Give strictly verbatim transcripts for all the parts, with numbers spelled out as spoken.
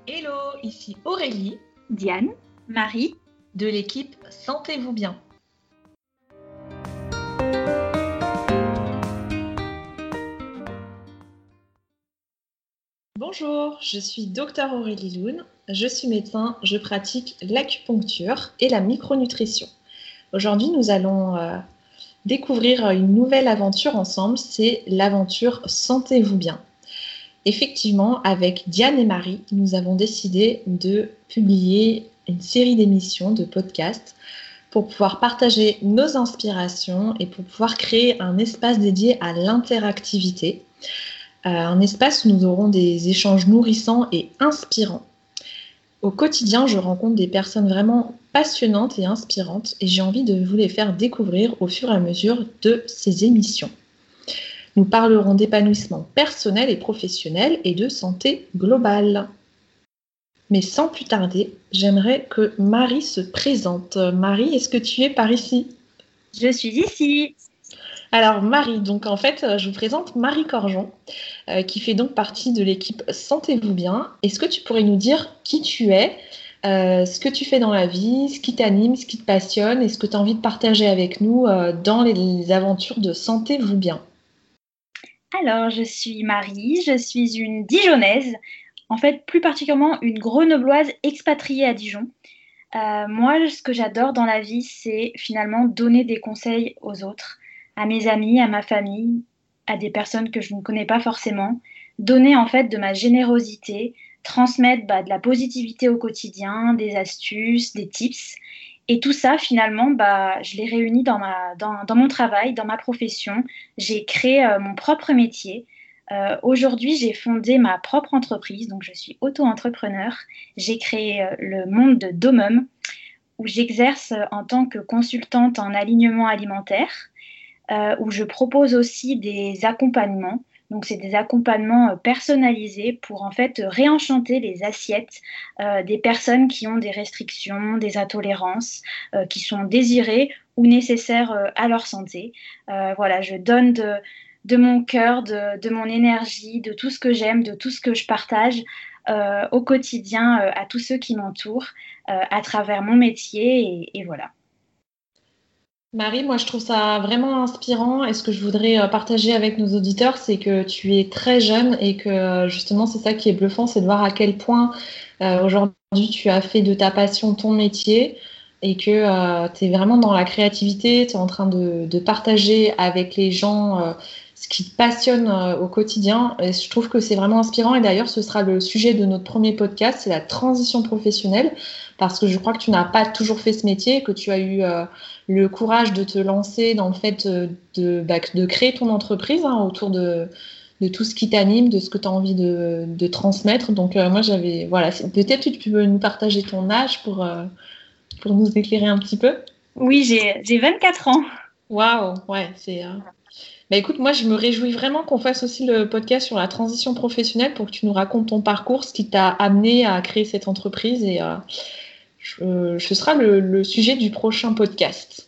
Hello, ici Aurélie, Diane, Marie, de l'équipe Sentez-vous bien. Bonjour, je suis Docteur Aurélie Loun, je suis médecin, je pratique l'acupuncture et la micronutrition. Aujourd'hui, nous allons euh, découvrir une nouvelle aventure ensemble, c'est l'aventure Sentez-vous bien. Effectivement, avec Diane et Marie, nous avons décidé de publier une série d'émissions, de podcasts, pour pouvoir partager nos inspirations et pour pouvoir créer un espace dédié à l'interactivité, euh, un espace où nous aurons des échanges nourrissants et inspirants. Au quotidien, je rencontre des personnes vraiment passionnantes et inspirantes et j'ai envie de vous les faire découvrir au fur et à mesure de ces émissions. Nous parlerons d'épanouissement personnel et professionnel et de santé globale. Mais sans plus tarder, j'aimerais que Marie se présente. Marie, est-ce que tu es par ici ? Je suis ici. Alors Marie, donc en fait, je vous présente Marie Corjon, euh, qui fait donc partie de l'équipe Sentez-vous bien. Est-ce que tu pourrais nous dire qui tu es, euh, ce que tu fais dans la vie, ce qui t'anime, ce qui te passionne et ce que tu as envie de partager avec nous euh, dans les, les aventures de Sentez-vous bien ? Alors, je suis Marie, je suis une Dijonnaise, en fait plus particulièrement une Grenobloise expatriée à Dijon. Euh, moi, ce que j'adore dans la vie, c'est finalement donner des conseils aux autres, à mes amis, à ma famille, à des personnes que je ne connais pas forcément, donner en fait de ma générosité, transmettre bah, de la positivité au quotidien, des astuces, des tips. Et tout ça, finalement, bah, je l'ai réuni dans, ma, dans, dans mon travail, dans ma profession. J'ai créé euh, mon propre métier. Euh, aujourd'hui, j'ai fondé ma propre entreprise, donc je suis auto-entrepreneur. J'ai créé euh, le monde de Domum, où j'exerce euh, en tant que consultante en alignement alimentaire, euh, où je propose aussi des accompagnements. Donc, c'est des accompagnements euh, personnalisés pour en fait réenchanter les assiettes euh, des personnes qui ont des restrictions, des intolérances, euh, qui sont désirées ou nécessaires euh, à leur santé. Euh, voilà, je donne de, de mon cœur, de, de mon énergie, de tout ce que j'aime, de tout ce que je partage euh, au quotidien euh, à tous ceux qui m'entourent euh, à travers mon métier et, et voilà. Marie, moi je trouve ça vraiment inspirant et ce que je voudrais euh, partager avec nos auditeurs, c'est que tu es très jeune et que euh, justement c'est ça qui est bluffant, c'est de voir à quel point euh, aujourd'hui tu as fait de ta passion ton métier et que euh, tu es vraiment dans la créativité, tu es en train de, de partager avec les gens euh, ce qui te passionne euh, au quotidien. Et je trouve que c'est vraiment inspirant et d'ailleurs ce sera le sujet de notre premier podcast, c'est la transition professionnelle parce que je crois que tu n'as pas toujours fait ce métier, que tu as eu... Euh, le courage de te lancer dans le fait de, bah, de créer ton entreprise hein, autour de, de tout ce qui t'anime, de ce que tu as envie de, de transmettre. Donc euh, moi j'avais, voilà, peut-être que tu peux nous partager ton âge pour, euh, pour nous éclairer un petit peu. Oui, j'ai, j'ai vingt-quatre ans. Waouh, ouais, c'est... Euh... Bah écoute, moi je me réjouis vraiment qu'on fasse aussi le podcast sur la transition professionnelle pour que tu nous racontes ton parcours, ce qui t'a amené à créer cette entreprise et euh, je, ce sera le, le sujet du prochain podcast.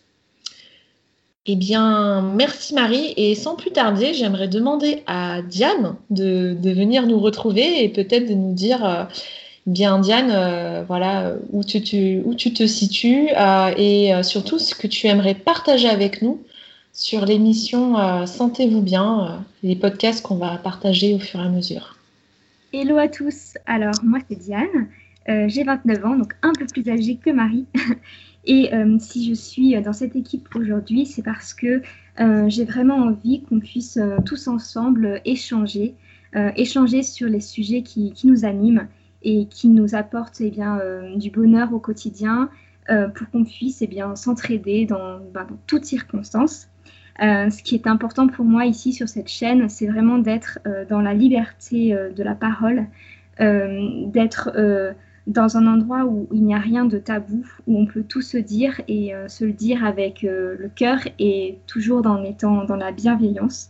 Eh bien, merci Marie. Et sans plus tarder, j'aimerais demander à Diane de, de venir nous retrouver et peut-être de nous dire, euh, bien Diane, euh, voilà, où tu, tu, où tu te situes euh, et euh, surtout ce que tu aimerais partager avec nous sur l'émission euh, Sentez-vous bien, euh, les podcasts qu'on va partager au fur et à mesure. Hello à tous, alors moi c'est Diane, euh, j'ai vingt-neuf ans, donc un peu plus âgée que Marie. Et euh, si je suis dans cette équipe aujourd'hui, c'est parce que euh, j'ai vraiment envie qu'on puisse euh, tous ensemble échanger, euh, échanger sur les sujets qui, qui nous animent et qui nous apportent eh bien, euh, du bonheur au quotidien euh, pour qu'on puisse eh bien, s'entraider dans, bah, dans toutes circonstances. Euh, ce qui est important pour moi ici sur cette chaîne, c'est vraiment d'être euh, dans la liberté euh, de la parole, euh, d'être euh, dans un endroit où il n'y a rien de tabou, où on peut tout se dire et euh, se le dire avec euh, le cœur et toujours en étant dans la bienveillance.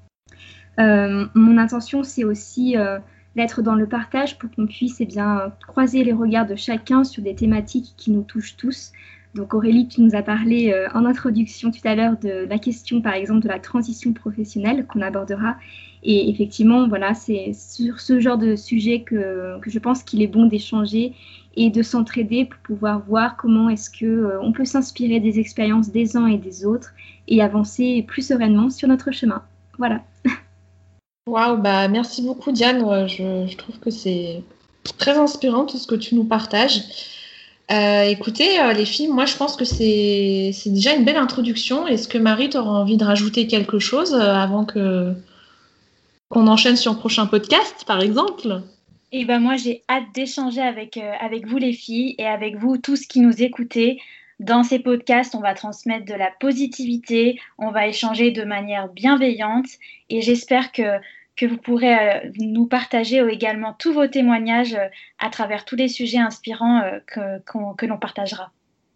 Euh, mon intention, c'est aussi euh, d'être dans le partage pour qu'on puisse eh bien, croiser les regards de chacun sur des thématiques qui nous touchent tous, Donc Aurélie, tu nous as parlé euh, en introduction tout à l'heure de la question, par exemple, de la transition professionnelle qu'on abordera. Et effectivement, voilà, c'est sur ce genre de sujet que, que je pense qu'il est bon d'échanger et de s'entraider pour pouvoir voir comment est-ce que euh, on peut s'inspirer des expériences des uns et des autres et avancer plus sereinement sur notre chemin. Voilà. Waouh, bah merci beaucoup Diane. Ouais, Je, je trouve que c'est très inspirant tout ce que tu nous partages. Euh, écoutez, euh, les filles, moi je pense que c'est c'est déjà une belle introduction. Est-ce que Marie, tu auras envie de rajouter quelque chose euh, avant que qu'on enchaîne sur le prochain podcast, par exemple? Et ben moi, j'ai hâte d'échanger avec, euh, avec vous les filles et avec vous tous qui nous écoutez. Dans ces podcasts, on va transmettre de la positivité, on va échanger de manière bienveillante et j'espère que, que vous pourrez euh, nous partager euh, également tous vos témoignages euh, à travers tous les sujets inspirants euh, que, qu'on- que l'on partagera.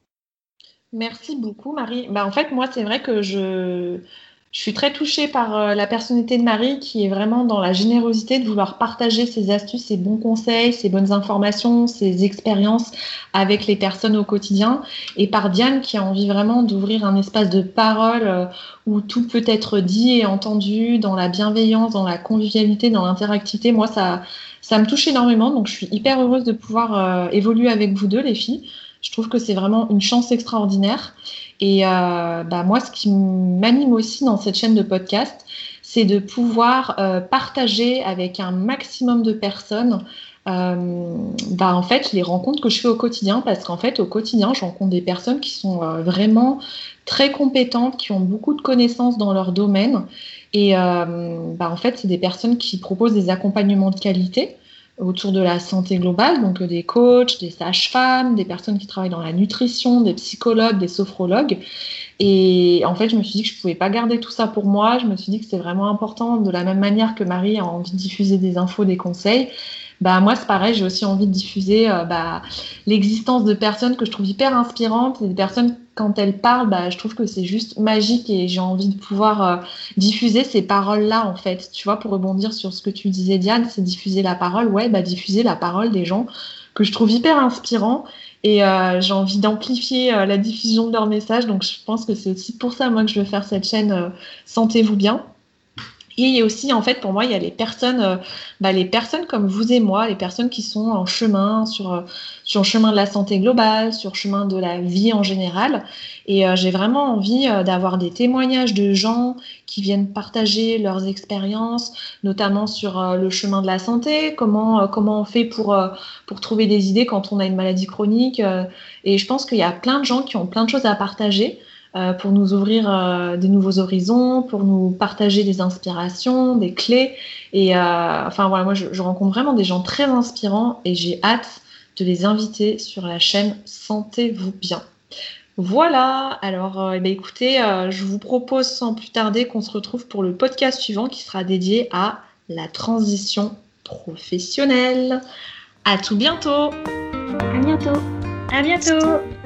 Merci beaucoup, Marie. Bah, en fait, moi, c'est vrai que je, je suis très touchée par euh, la personnalité de Marie qui est vraiment dans la générosité de vouloir partager ses astuces, ses bons conseils, ses bonnes informations, ses expériences avec les personnes au quotidien. Et par Diane qui a envie vraiment d'ouvrir un espace de parole euh, où tout peut être dit et entendu dans la bienveillance, dans la convivialité, dans l'interactivité. Moi, ça, ça me touche énormément. Donc, je suis hyper heureuse de pouvoir euh, évoluer avec vous deux, les filles. Je trouve que c'est vraiment une chance extraordinaire. Et euh, bah, moi, ce qui m'anime aussi dans cette chaîne de podcast, c'est de pouvoir euh, partager avec un maximum de personnes euh, bah, en fait, les rencontres que je fais au quotidien. Parce qu'en fait, au quotidien, je rencontre des personnes qui sont euh, vraiment très compétentes, qui ont beaucoup de connaissances dans leur domaine. Et euh, bah, en fait, c'est des personnes qui proposent des accompagnements de qualité autour de la santé globale, donc des coachs, des sages-femmes, des personnes qui travaillent dans la nutrition, des psychologues, des sophrologues. Et en fait, je me suis dit que je ne pouvais pas garder tout ça pour moi. Je me suis dit que c'était vraiment important, de la même manière que Marie a envie de diffuser des infos, des conseils. Bah, moi, c'est pareil, j'ai aussi envie de diffuser euh, bah, l'existence de personnes que je trouve hyper inspirantes. Et des personnes, quand elles parlent, bah, je trouve que c'est juste magique et j'ai envie de pouvoir euh, diffuser ces paroles-là, en fait. Tu vois, pour rebondir sur ce que tu disais, Diane, c'est diffuser la parole. Ouais, bah, diffuser la parole des gens que je trouve hyper inspirants. Et euh, j'ai envie d'amplifier euh, la diffusion de leurs messages. Donc, je pense que c'est aussi pour ça, moi, que je veux faire cette chaîne euh, Sentez-vous bien. Et aussi, en fait, pour moi, il y a les personnes, euh, bah, les personnes comme vous et moi, les personnes qui sont en chemin, sur, euh, sur le chemin de la santé globale, sur le chemin de la vie en général. Et euh, j'ai vraiment envie euh, d'avoir des témoignages de gens qui viennent partager leurs expériences, notamment sur euh, le chemin de la santé, comment, euh, comment on fait pour, euh, pour trouver des idées quand on a une maladie chronique. Euh, et je pense qu'il y a plein de gens qui ont plein de choses à partager. Euh, pour nous ouvrir euh, des nouveaux horizons, pour nous partager des inspirations, des clés. Et euh, enfin voilà, moi je, je rencontre vraiment des gens très inspirants et j'ai hâte de les inviter sur la chaîne Sentez-vous bien. Voilà, alors euh, eh bien, écoutez, euh, je vous propose sans plus tarder qu'on se retrouve pour le podcast suivant qui sera dédié à la transition professionnelle. À tout bientôt. À bientôt. À bientôt!